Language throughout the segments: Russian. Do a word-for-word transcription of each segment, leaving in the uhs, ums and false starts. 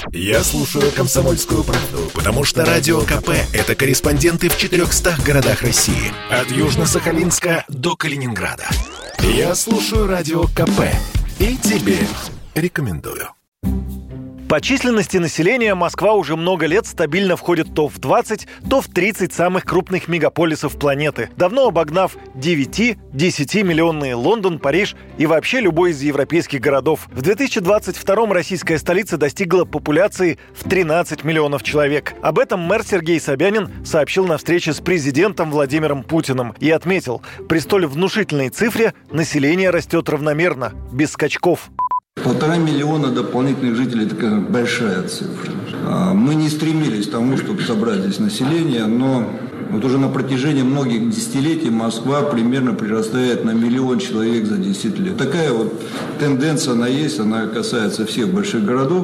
Я слушаю «Комсомольскую правду», потому что Радио КП – это корреспонденты в четырехстах городах России. От Южно-Сахалинска до Калининграда. Я слушаю Радио КП и тебе рекомендую. По численности населения Москва уже много лет стабильно входит то в двадцать, то в тридцать самых крупных мегаполисов планеты, давно обогнав девяти-десятимиллионные Лондон, Париж и вообще любой из европейских городов. В две тысячи двадцать втором российская столица достигла популяции в тринадцать миллионов человек. Об этом мэр Сергей Собянин сообщил на встрече с президентом Владимиром Путиным и отметил, при столь внушительной цифре население растет равномерно, без скачков. Полтора миллиона дополнительных жителей – это, конечно, большая цифра. Мы не стремились к тому, чтобы собрать здесь население, но вот уже на протяжении многих десятилетий Москва примерно прирастает на миллион человек за десять лет. Такая вот тенденция, она есть, она касается всех больших городов.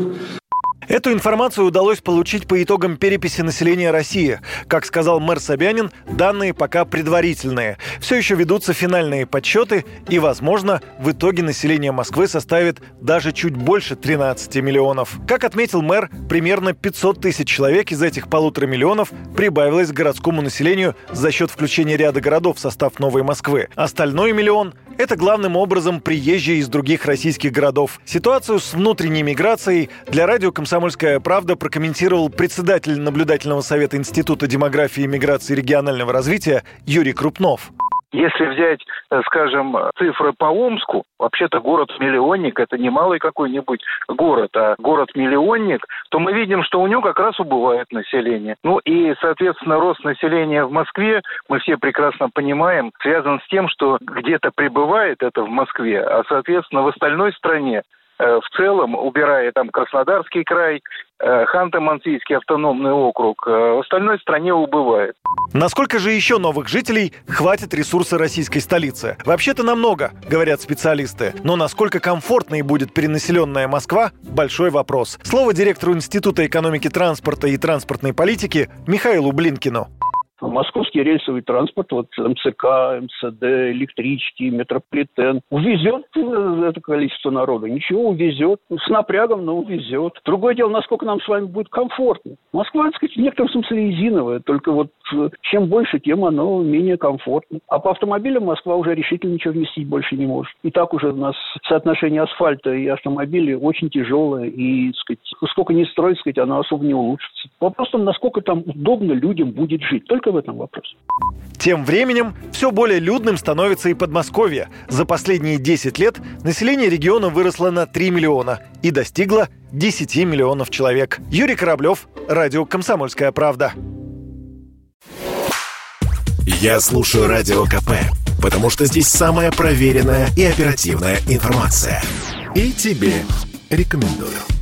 Эту информацию удалось получить по итогам переписи населения России. Как сказал мэр Собянин, данные пока предварительные. Все еще ведутся финальные подсчеты, и, возможно, в итоге население Москвы составит даже чуть больше тринадцати миллионов. Как отметил мэр, примерно пятьсот тысяч человек из этих полутора миллионов прибавилось к городскому населению за счет включения ряда городов в состав Новой Москвы. Остальной миллион – это главным образом приезжие из других российских городов. Ситуацию с внутренней миграцией для радио «Комсомольская правда» прокомментировал председатель наблюдательного совета Института демографии и миграции и регионального развития Юрий Крупнов. Если взять, скажем, цифры по Омску, вообще-то город-миллионник – это не малый какой-нибудь город, а город-миллионник, то мы видим, что у него как раз убывает население. Ну и, соответственно, рост населения в Москве, мы все прекрасно понимаем, связан с тем, что где-то прибывает это в Москве, а, соответственно, в остальной стране в целом, убирая там Краснодарский край, Ханты-Мансийский автономный округ, в остальной стране убывает. Насколько же еще новых жителей хватит ресурса российской столицы? Вообще-то намного, говорят специалисты. Но насколько комфортной будет перенаселенная Москва – большой вопрос. Слово директору Института экономики транспорта и транспортной политики Михаилу Блинкину. Московский рельсовый транспорт, вот МЦК, МЦД, электрички, метрополитен, увезет это количество народа. Ничего, увезет. С напрягом, но увезет. Другое дело, насколько нам с вами будет комфортно. Москва, так сказать, в некотором смысле резиновая. Только вот чем больше, тем оно менее комфортно. А по автомобилям Москва уже решительно ничего вместить больше не может. И так уже у нас соотношение асфальта и автомобилей очень тяжелое. И, так сказать, сколько ни строить, так сказать, оно особо не улучшится. Вопрос в том, насколько там удобно людям будет жить. Только в этом вопрос. Тем временем все более людным становится и Подмосковье. За последние десять лет население региона выросло на три миллиона и достигло десяти миллионов человек. Юрий Кораблев, радио «Комсомольская правда». Я слушаю Радио КП, потому что здесь самая проверенная и оперативная информация. И тебе рекомендую.